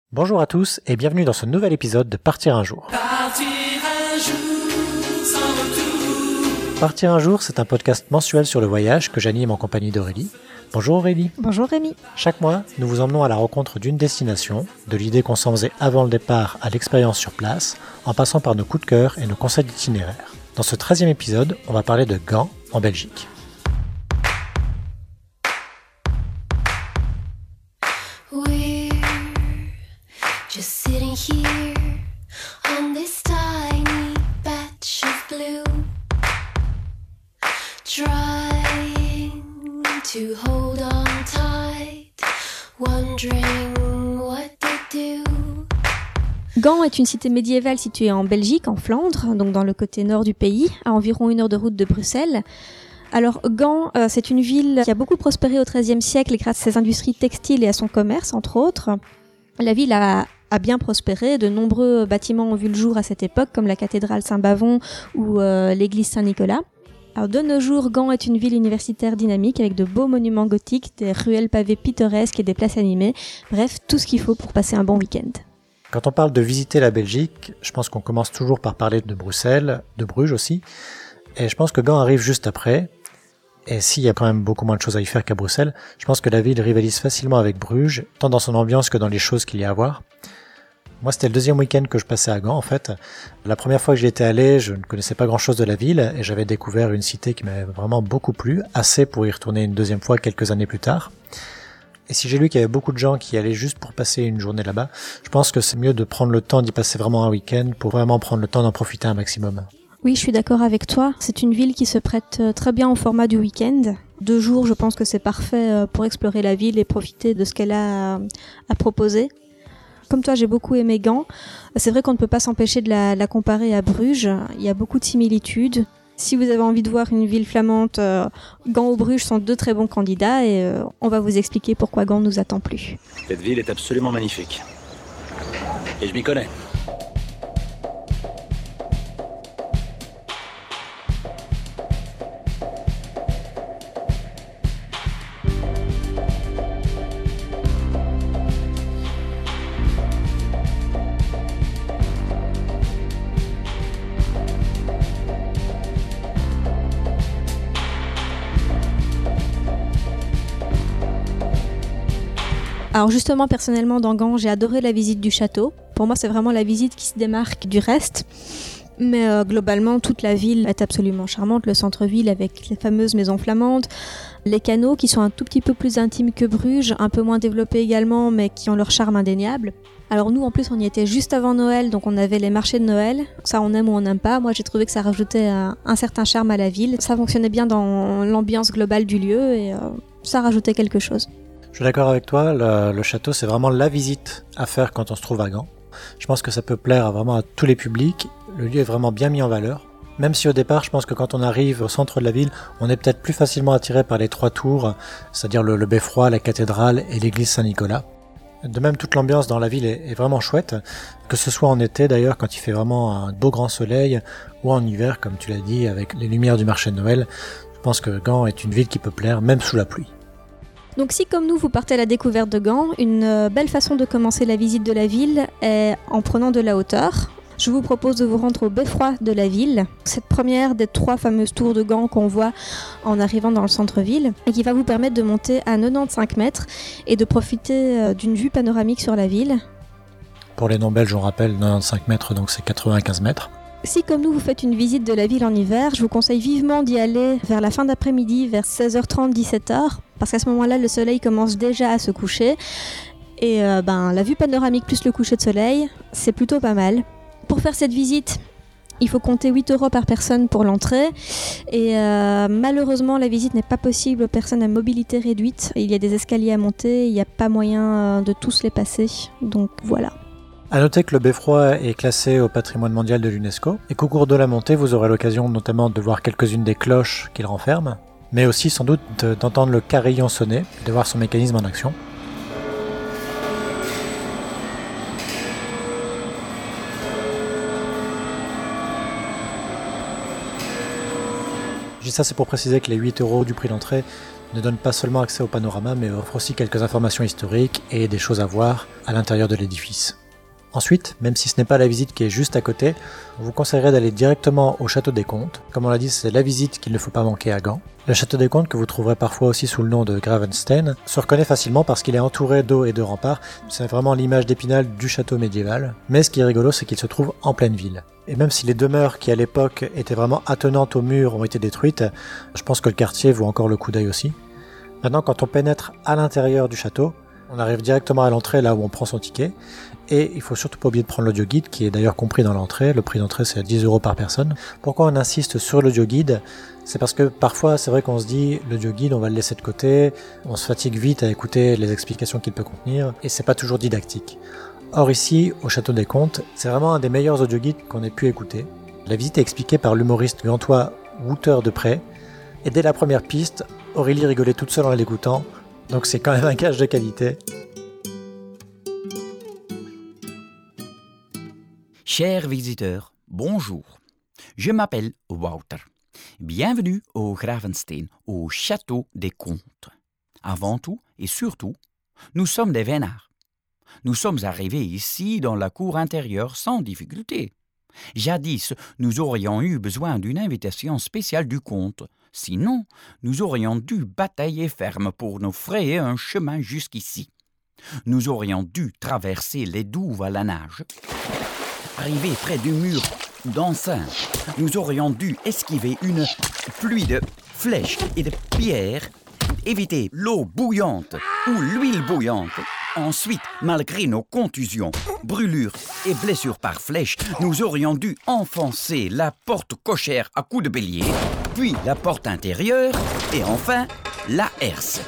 Bonjour à tous et bienvenue dans ce nouvel épisode de Partir un jour. Partir un jour, c'est un podcast mensuel sur le voyage que j'anime en compagnie d'Aurélie. Bonjour Aurélie. Bonjour Rémi. Chaque mois, nous vous emmenons à la rencontre d'une destination, de l'idée qu'on s'en faisait avant le départ à l'expérience sur place, en passant par nos coups de cœur et nos conseils d'itinéraire. Dans ce 13e épisode, on va parler de Gand, en Belgique. Just sitting here on this tiny patch of blue, trying to hold on tight, wondering what to do. Gand est une cité médiévale située en Belgique, en Flandre, donc dans le côté nord du pays, à environ 1 heure de route de Bruxelles. Alors Gand, c'est une ville qui a beaucoup prospéré au XIIIe siècle grâce à ses industries textiles et à son commerce, entre autres. La ville a bien prospéré, de nombreux bâtiments ont vu le jour à cette époque, comme la cathédrale Saint-Bavon ou l'église Saint-Nicolas. Alors de nos jours, Gand est une ville universitaire dynamique avec de beaux monuments gothiques, des ruelles pavées pittoresques et des places animées. Bref, tout ce qu'il faut pour passer un bon week-end. Quand on parle de visiter la Belgique, je pense qu'on commence toujours par parler de Bruxelles, de Bruges aussi. Et je pense que Gand arrive juste après. Et s'il y a quand même beaucoup moins de choses à y faire qu'à Bruxelles, je pense que la ville rivalise facilement avec Bruges, tant dans son ambiance que dans les choses qu'il y a à voir. Moi, c'était le deuxième week-end que je passais à Gand, en fait. La première fois que j'y étais allé, je ne connaissais pas grand-chose de la ville, et j'avais découvert une cité qui m'avait vraiment beaucoup plu, assez pour y retourner une deuxième fois quelques années plus tard. Et si j'ai lu qu'il y avait beaucoup de gens qui allaient juste pour passer une journée là-bas, je pense que c'est mieux de prendre le temps d'y passer vraiment un week-end, pour vraiment prendre le temps d'en profiter un maximum. Oui, je suis d'accord avec toi. C'est une ville qui se prête très bien au format du week-end. 2 jours, je pense que c'est parfait pour explorer la ville et profiter de ce qu'elle a à proposer. Comme toi, j'ai beaucoup aimé Gand. C'est vrai qu'on ne peut pas s'empêcher de la comparer à Bruges. Il y a beaucoup de similitudes. Si vous avez envie de voir une ville flamande, Gand ou Bruges sont 2 très bons candidats et on va vous expliquer pourquoi Gand nous attend plus. Cette ville est absolument magnifique. Et je m'y connais. Alors justement, personnellement, dans Gand, j'ai adoré la visite du château. Pour moi, c'est vraiment la visite qui se démarque du reste. Mais globalement, toute la ville est absolument charmante. Le centre-ville avec les fameuses maisons flamandes, les canaux qui sont un tout petit peu plus intimes que Bruges, un peu moins développés également, mais qui ont leur charme indéniable. Alors nous, en plus, on y était juste avant Noël, donc on avait les marchés de Noël. Ça, on aime ou on n'aime pas. Moi, j'ai trouvé que ça rajoutait un certain charme à la ville. Ça fonctionnait bien dans l'ambiance globale du lieu et ça rajoutait quelque chose. Je suis d'accord avec toi, le château c'est vraiment la visite à faire quand on se trouve à Gand. Je pense que ça peut plaire vraiment à tous les publics, le lieu est vraiment bien mis en valeur. Même si au départ je pense que quand on arrive au centre de la ville, on est peut-être plus facilement attiré par les 3 tours, c'est-à-dire le beffroi, la cathédrale et l'église Saint-Nicolas. De même, toute l'ambiance dans la ville est vraiment chouette, que ce soit en été d'ailleurs quand il fait vraiment un beau grand soleil, ou en hiver comme tu l'as dit avec les lumières du marché de Noël. Je pense que Gand est une ville qui peut plaire même sous la pluie. Donc si comme nous vous partez à la découverte de Gand, une belle façon de commencer la visite de la ville est en prenant de la hauteur. Je vous propose de vous rendre au beffroi de la ville, cette première des 3 fameuses tours de Gand qu'on voit en arrivant dans le centre-ville et qui va vous permettre de monter à 95 mètres et de profiter d'une vue panoramique sur la ville. Pour les non-belges, on rappelle 95 mètres, donc c'est 95 mètres. Si comme nous vous faites une visite de la ville en hiver, je vous conseille vivement d'y aller vers la fin d'après-midi, vers 16h30, 17h, parce qu'à ce moment-là, le soleil commence déjà à se coucher. Et la vue panoramique plus le coucher de soleil, c'est plutôt pas mal. Pour faire cette visite, il faut compter 8 € par personne pour l'entrée. Et malheureusement, la visite n'est pas possible aux personnes à mobilité réduite. Il y a des escaliers à monter, il n'y a pas moyen de tous les passer. Donc voilà. À noter que le beffroi est classé au patrimoine mondial de l'UNESCO et qu'au cours de la montée, vous aurez l'occasion notamment de voir quelques-unes des cloches qu'il renferme, mais aussi sans doute d'entendre le carillon sonner et de voir son mécanisme en action. Je dis ça, c'est pour préciser que les 8 € du prix d'entrée ne donne pas seulement accès au panorama, mais offre aussi quelques informations historiques et des choses à voir à l'intérieur de l'édifice. Ensuite, même si ce n'est pas la visite qui est juste à côté, on vous conseillerait d'aller directement au Château des Comtes. Comme on l'a dit, c'est la visite qu'il ne faut pas manquer à Gand. Le Château des Comtes, que vous trouverez parfois aussi sous le nom de Gravenstein, se reconnaît facilement parce qu'il est entouré d'eau et de remparts. C'est vraiment l'image d'Épinal du château médiéval. Mais ce qui est rigolo, c'est qu'il se trouve en pleine ville. Et même si les demeures qui à l'époque étaient vraiment attenantes aux murs ont été détruites, je pense que le quartier vaut encore le coup d'œil aussi. Maintenant, quand on pénètre à l'intérieur du château, on arrive directement à l'entrée, là où on prend son ticket. Et il faut surtout pas oublier de prendre l'audioguide, qui est d'ailleurs compris dans l'entrée. Le prix d'entrée, c'est à 10 € par personne. Pourquoi on insiste sur l'audioguide ? C'est parce que parfois, c'est vrai qu'on se dit, l'audioguide, on va le laisser de côté, on se fatigue vite à écouter les explications qu'il peut contenir, et c'est pas toujours didactique. Or ici, au Château des Comtes, c'est vraiment un des meilleurs audioguides qu'on ait pu écouter. La visite est expliquée par l'humoriste gantois Wouter Deprez, et dès la première piste, Aurélie rigolait toute seule en l'écoutant, donc c'est quand même un gage de qualité. Chers visiteurs, bonjour. Je m'appelle Wouter. Bienvenue au Gravenstein, au Château des Comtes. Avant tout et surtout, nous sommes des vénards. Nous sommes arrivés ici dans la cour intérieure sans difficulté. Jadis, nous aurions eu besoin d'une invitation spéciale du comte. Sinon, nous aurions dû batailler ferme pour nous frayer un chemin jusqu'ici. Nous aurions dû traverser les douves à la nage. Arrivé près du mur d'enceinte, nous aurions dû esquiver une pluie de flèches et de pierres, éviter l'eau bouillante ou l'huile bouillante. Ensuite, malgré nos contusions, brûlures et blessures par flèche, nous aurions dû enfoncer la porte cochère à coups de bélier, puis la porte intérieure et enfin la herse.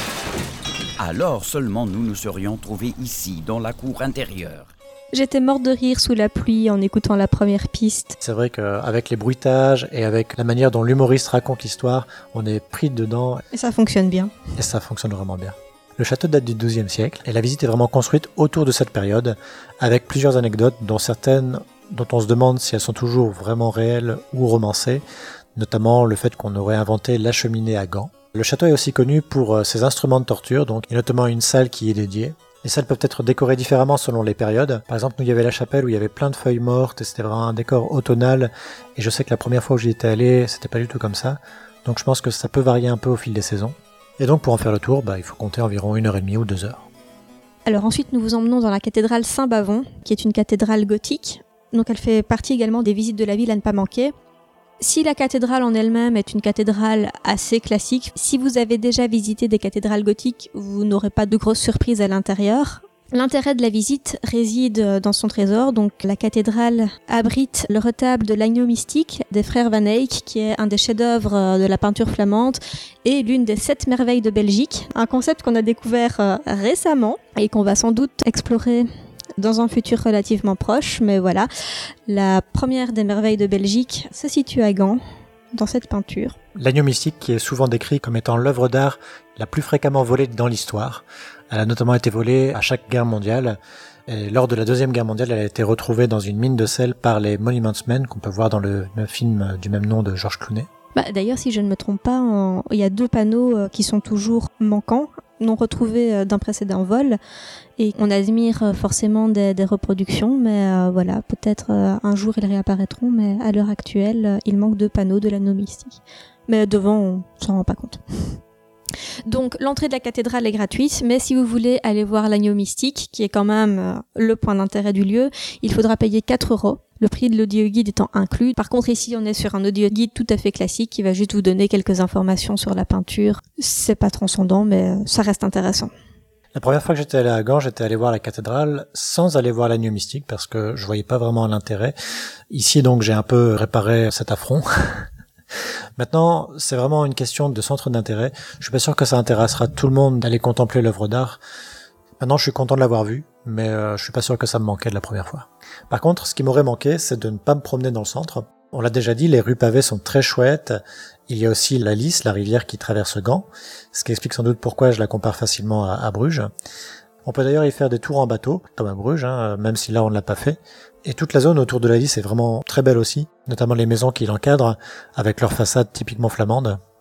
Alors seulement nous nous serions trouvés ici, dans la cour intérieure. J'étais morte de rire sous la pluie en écoutant la première piste. C'est vrai qu'avec les bruitages et avec la manière dont l'humoriste raconte l'histoire, on est pris dedans. Et ça fonctionne bien. Et ça fonctionne vraiment bien. Le château date du XIIe siècle et la visite est vraiment construite autour de cette période, avec plusieurs anecdotes, dont certaines dont on se demande si elles sont toujours vraiment réelles ou romancées, notamment le fait qu'on aurait inventé la cheminée à Gand. Le château est aussi connu pour ses instruments de torture, donc il y a notamment une salle qui est dédiée. Les salles peuvent être décorées différemment selon les périodes. Par exemple, nous, il y avait la chapelle où il y avait plein de feuilles mortes et c'était vraiment un décor automnal. Et je sais que la première fois où j'y étais allé, c'était pas du tout comme ça. Donc je pense que ça peut varier un peu au fil des saisons. Et donc pour en faire le tour, il faut compter environ 1h30 ou 2 heures. Alors ensuite, nous vous emmenons dans la cathédrale Saint-Bavon, qui est une cathédrale gothique. Donc elle fait partie également des visites de la ville à ne pas manquer. Si la cathédrale en elle-même est une cathédrale assez classique, si vous avez déjà visité des cathédrales gothiques, vous n'aurez pas de grosses surprises à l'intérieur. L'intérêt de la visite réside dans son trésor. Donc la cathédrale abrite le retable de l'agneau mystique des frères Van Eyck, qui est un des chefs-d'œuvre de la peinture flamande et l'une des 7 merveilles de Belgique. Un concept qu'on a découvert récemment et qu'on va sans doute explorer dans un futur relativement proche, mais voilà. La première des merveilles de Belgique se situe à Gand, dans cette peinture. L'agneau mystique, qui est souvent décrit comme étant l'œuvre d'art la plus fréquemment volée dans l'histoire. Elle a notamment été volée à chaque guerre mondiale. Et lors de la Deuxième Guerre mondiale, elle a été retrouvée dans une mine de sel par les Monuments Men, qu'on peut voir dans le film du même nom de Georges Clooney. D'ailleurs, si je ne me trompe pas, il y a 2 panneaux qui sont toujours manquants, non retrouvés d'un précédent vol. Et on admire forcément des reproductions, mais voilà, peut-être un jour ils réapparaîtront, mais à l'heure actuelle, il manque 2 panneaux de l'anneau mystique. Mais devant, on s'en rend pas compte. Donc l'entrée de la cathédrale est gratuite, mais si vous voulez aller voir l'agneau mystique, qui est quand même le point d'intérêt du lieu, il faudra payer 4 €, le prix de l'audioguide étant inclus. Par contre ici on est sur un audioguide tout à fait classique qui va juste vous donner quelques informations sur la peinture. C'est pas transcendant, mais ça reste intéressant. La première fois que j'étais allé à Gand, j'étais allé voir la cathédrale sans aller voir l'agneau mystique parce que je voyais pas vraiment l'intérêt. Ici donc j'ai un peu réparé cet affront. Maintenant, c'est vraiment une question de centre d'intérêt. Je suis pas sûr que ça intéressera tout le monde d'aller contempler l'œuvre d'art. Maintenant, je suis content de l'avoir vue, mais je suis pas sûr que ça me manquait de la première fois. Par contre, ce qui m'aurait manqué, c'est de ne pas me promener dans le centre. On l'a déjà dit, les rues pavées sont très chouettes. Il y a aussi la Lys, la rivière qui traverse Gand, ce qui explique sans doute pourquoi je la compare facilement à Bruges. On peut d'ailleurs y faire des tours en bateau, comme à Bruges, même si là on ne l'a pas fait. Et toute la zone autour de la Lys est vraiment très belle aussi, notamment les maisons qui l'encadrent, avec leurs façades typiquement flamandes.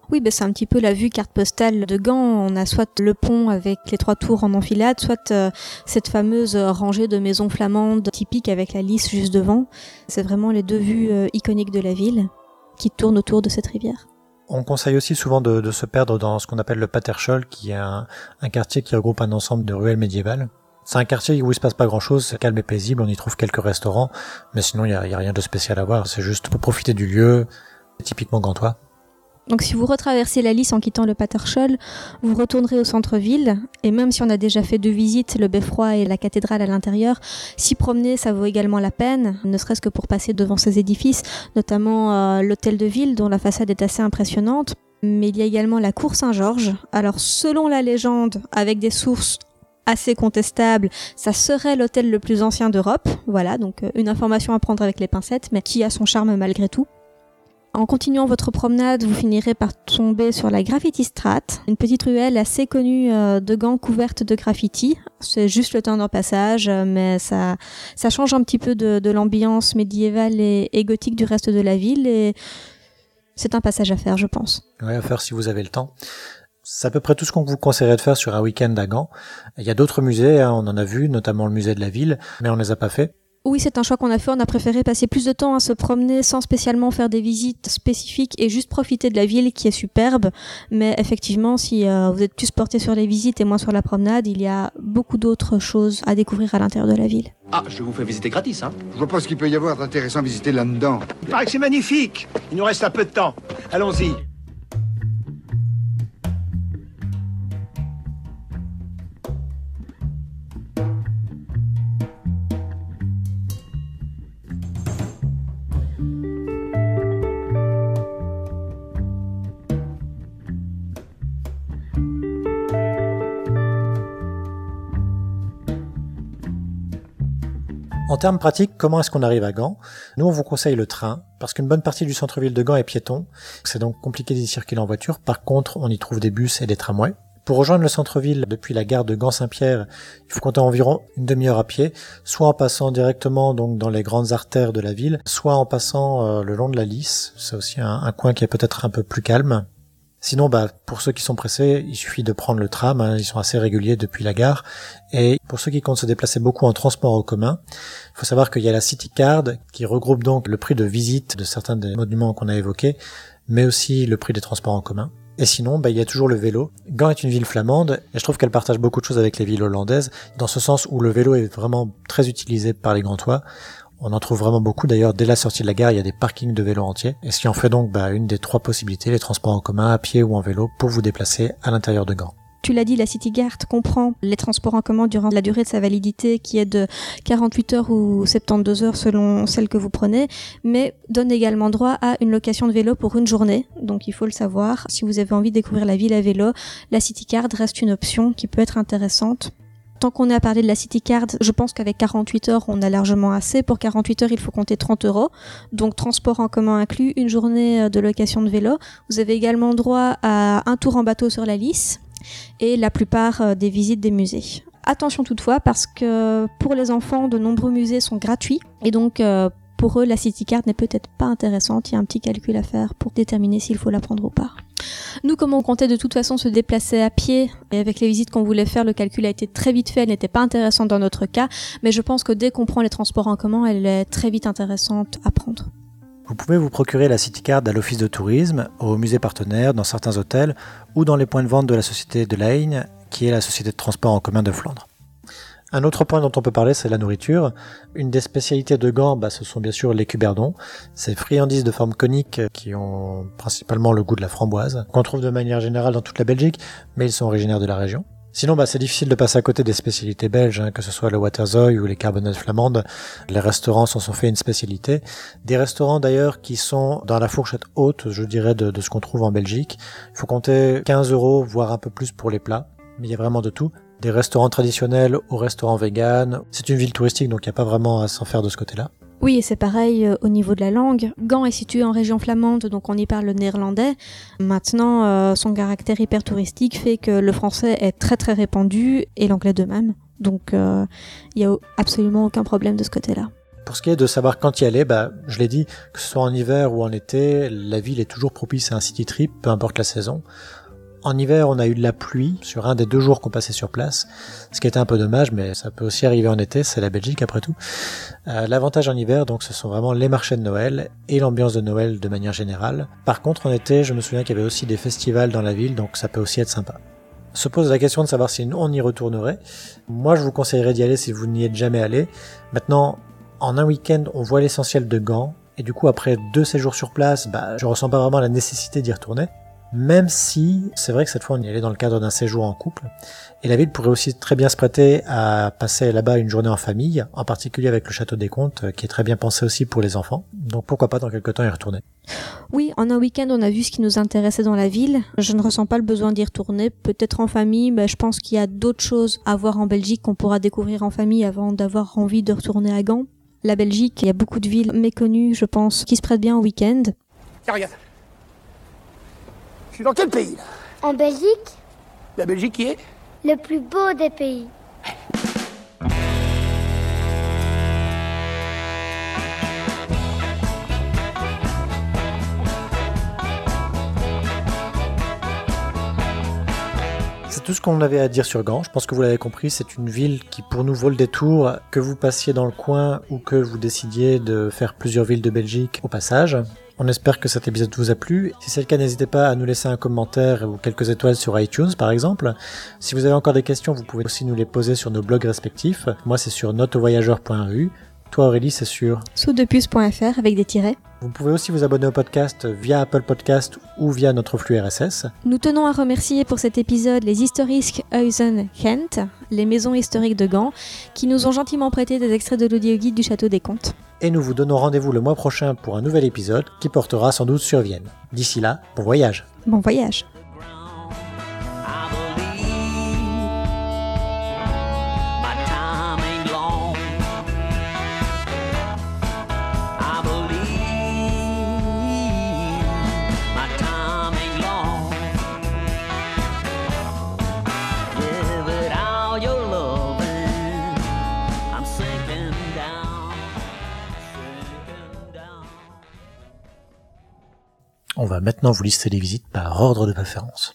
Oui, c'est un petit peu la vue carte postale de Gand. On a soit le pont avec les 3 tours en enfilade, soit cette fameuse rangée de maisons flamandes typiques avec la lys juste devant. C'est vraiment les 2 vues iconiques de la ville qui tournent autour de cette rivière. On conseille aussi souvent de se perdre dans ce qu'on appelle le Paterschol, qui est un quartier qui regroupe un ensemble de ruelles médiévales. C'est un quartier où il se passe pas grand-chose, c'est calme et paisible, on y trouve quelques restaurants, mais sinon il y a rien de spécial à voir, c'est juste pour profiter du lieu, typiquement gantois. Donc si vous retraversez la Lys en quittant le Paterschol, vous retournerez au centre-ville, et même si on a déjà fait 2 visites, le beffroi et la cathédrale à l'intérieur, s'y promener ça vaut également la peine, ne serait-ce que pour passer devant ces édifices, notamment l'hôtel de ville dont la façade est assez impressionnante. Mais il y a également la cour Saint-Georges. Alors selon la légende, avec des sources assez contestables, ça serait l'hôtel le plus ancien d'Europe. Voilà, donc une information à prendre avec les pincettes, mais qui a son charme malgré tout. En continuant votre promenade, vous finirez par tomber sur la Graffiti Straat, une petite ruelle assez connue de Gand couverte de graffiti. C'est juste le temps d'un passage, mais ça change un petit peu de l'ambiance médiévale et gothique du reste de la ville, et c'est un passage à faire, je pense. Ouais, à faire si vous avez le temps. C'est à peu près tout ce qu'on vous conseillerait de faire sur un week-end à Gand. Il y a d'autres musées, on en a vu, notamment le musée de la ville, mais on les a pas fait. Oui, c'est un choix qu'on a fait. On a préféré passer plus de temps à se promener sans spécialement faire des visites spécifiques et juste profiter de la ville qui est superbe. Mais effectivement, si vous êtes plus porté sur les visites et moins sur la promenade, il y a beaucoup d'autres choses à découvrir à l'intérieur de la ville. Ah, je vous fais visiter gratis, hein. Je vois pas ce qu'il peut y avoir d'intéressant à visiter là-dedans. Il paraît que c'est magnifique. Il nous reste un peu de temps. Allons-y. En termes pratiques, comment est-ce qu'on arrive à Gand ? Nous, on vous conseille le train, parce qu'une bonne partie du centre-ville de Gand est piéton. C'est donc compliqué d'y circuler en voiture. Par contre, on y trouve des bus et des tramways. Pour rejoindre le centre-ville depuis la gare de Gand-Saint-Pierre, il faut compter environ une demi-heure à pied, soit en passant directement donc dans les grandes artères de la ville, soit en passant le long de la Lys. C'est aussi un coin qui est peut-être un peu plus calme. Sinon, pour ceux qui sont pressés, il suffit de prendre le tram, ils sont assez réguliers depuis la gare. Et pour ceux qui comptent se déplacer beaucoup en transport en commun, il faut savoir qu'il y a la City Card qui regroupe donc le prix de visite de certains des monuments qu'on a évoqués, mais aussi le prix des transports en commun. Et sinon, il y a toujours le vélo. Gand est une ville flamande, et je trouve qu'elle partage beaucoup de choses avec les villes hollandaises, dans ce sens où le vélo est vraiment très utilisé par les Gantois. On en trouve vraiment beaucoup. D'ailleurs, dès la sortie de la gare, il y a des parkings de vélos entiers. Et ce qui en fait donc une des 3 possibilités, les transports en commun, à pied ou en vélo, pour vous déplacer à l'intérieur de Gand. Tu l'as dit, la City Card comprend les transports en commun durant la durée de sa validité, qui est de 48 heures ou 72 heures selon celle que vous prenez, mais donne également droit à une location de vélo pour une journée. Donc il faut le savoir. Si vous avez envie de découvrir la ville à vélo, la City Card reste une option qui peut être intéressante. Tant qu'on est à parler de la City Card, je pense qu'avec 48 heures, on a largement assez. Pour 48 heures, il faut compter 30 €. Donc, transport en commun inclus, une journée de location de vélo. Vous avez également droit à un tour en bateau sur la Lys et la plupart des visites des musées. Attention toutefois, parce que pour les enfants, de nombreux musées sont gratuits. Et donc, pour eux, la City Card n'est peut-être pas intéressante. Il y a un petit calcul à faire pour déterminer s'il faut la prendre ou pas. Nous, comme on comptait de toute façon se déplacer à pied, et avec les visites qu'on voulait faire, le calcul a été très vite fait, elle n'était pas intéressante dans notre cas, mais je pense que dès qu'on prend les transports en commun, elle est très vite intéressante à prendre. Vous pouvez vous procurer la City Card à l'office de tourisme, au musée partenaire, dans certains hôtels, ou dans les points de vente de la société de Lijn, qui est la société de transport en commun de Flandre. Un autre point dont on peut parler, c'est la nourriture. Une des spécialités de Gand, ce sont bien sûr les cuberdons. Ces friandises de forme conique qui ont principalement le goût de la framboise, qu'on trouve de manière générale dans toute la Belgique, mais ils sont originaires de la région. Sinon, c'est difficile de passer à côté des spécialités belges, que ce soit le waterzooi ou les carbonades flamandes. Les restaurants s'en sont fait une spécialité. Des restaurants d'ailleurs qui sont dans la fourchette haute, je dirais, de ce qu'on trouve en Belgique. Il faut compter 15 €, voire un peu plus pour les plats. Mais il y a vraiment de tout. Des restaurants traditionnels aux restaurants vegan. C'est une ville touristique, donc il n'y a pas vraiment à s'en faire de ce côté-là. Oui, et c'est pareil au niveau de la langue. Gand est situé en région flamande, donc on y parle le néerlandais. Maintenant, son caractère hyper touristique fait que le français est très très répandu, et l'anglais de même. Donc il n'y a absolument aucun problème de ce côté-là. Pour ce qui est de savoir quand y aller, je l'ai dit, que ce soit en hiver ou en été, la ville est toujours propice à un city trip, peu importe la saison. En hiver, on a eu de la pluie sur un des 2 jours qu'on passait sur place, ce qui était un peu dommage, mais ça peut aussi arriver en été, c'est la Belgique après tout. L'avantage en hiver, donc, ce sont vraiment les marchés de Noël et l'ambiance de Noël de manière générale. Par contre, en été, je me souviens qu'il y avait aussi des festivals dans la ville, donc ça peut aussi être sympa. Se pose la question de savoir si on y retournerait. Moi, je vous conseillerais d'y aller si vous n'y êtes jamais allé. Maintenant, en un week-end, on voit l'essentiel de Gand, et du coup, après 2 séjours sur place, je ressens pas vraiment la nécessité d'y retourner. Même si, c'est vrai que cette fois on y allait dans le cadre d'un séjour en couple, et la ville pourrait aussi très bien se prêter à passer là-bas une journée en famille, en particulier avec le château des Comtes, qui est très bien pensé aussi pour les enfants, donc pourquoi pas dans quelques temps y retourner. Oui, en un week-end on a vu ce qui nous intéressait dans la ville, je ne ressens pas le besoin d'y retourner, peut-être en famille, mais je pense qu'il y a d'autres choses à voir en Belgique qu'on pourra découvrir en famille avant d'avoir envie de retourner à Gand. La Belgique, il y a beaucoup de villes méconnues, je pense, qui se prêtent bien au week-end. Tiens, regarde. Je suis dans quel pays, là? En Belgique, La Belgique qui est? le plus beau des pays. C'est tout ce qu'on avait à dire sur Gand. Je pense que vous l'avez compris, c'est une ville qui pour nous vaut le détour, que vous passiez dans le coin ou que vous décidiez de faire plusieurs villes de Belgique au passage. On espère que cet épisode vous a plu. Si c'est le cas, n'hésitez pas à nous laisser un commentaire ou quelques étoiles sur iTunes par exemple. Si vous avez encore des questions, vous pouvez aussi nous les poser sur nos blogs respectifs. Moi c'est sur noteauvoyageur.eu. Toi Aurélie, c'est sur Soudepus.fr avec des tirets. Vous pouvez aussi vous abonner au podcast via Apple Podcast ou via notre flux RSS. Nous tenons à remercier pour cet épisode les Historisches Huizen Gent, les maisons historiques de Gand, qui nous ont gentiment prêté des extraits de l'audioguide du Château des Comtes. Et nous vous donnons rendez-vous le mois prochain pour un nouvel épisode qui portera sans doute sur Vienne. D'ici là, bon voyage. Bon voyage. On va maintenant vous lister les visites par ordre de préférence.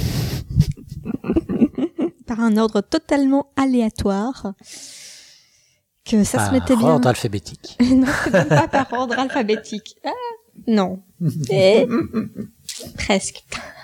Par un ordre totalement aléatoire. Que ça se mettait bien. Par ordre alphabétique. Non, c'est même pas par ordre alphabétique. Ah, non. Presque.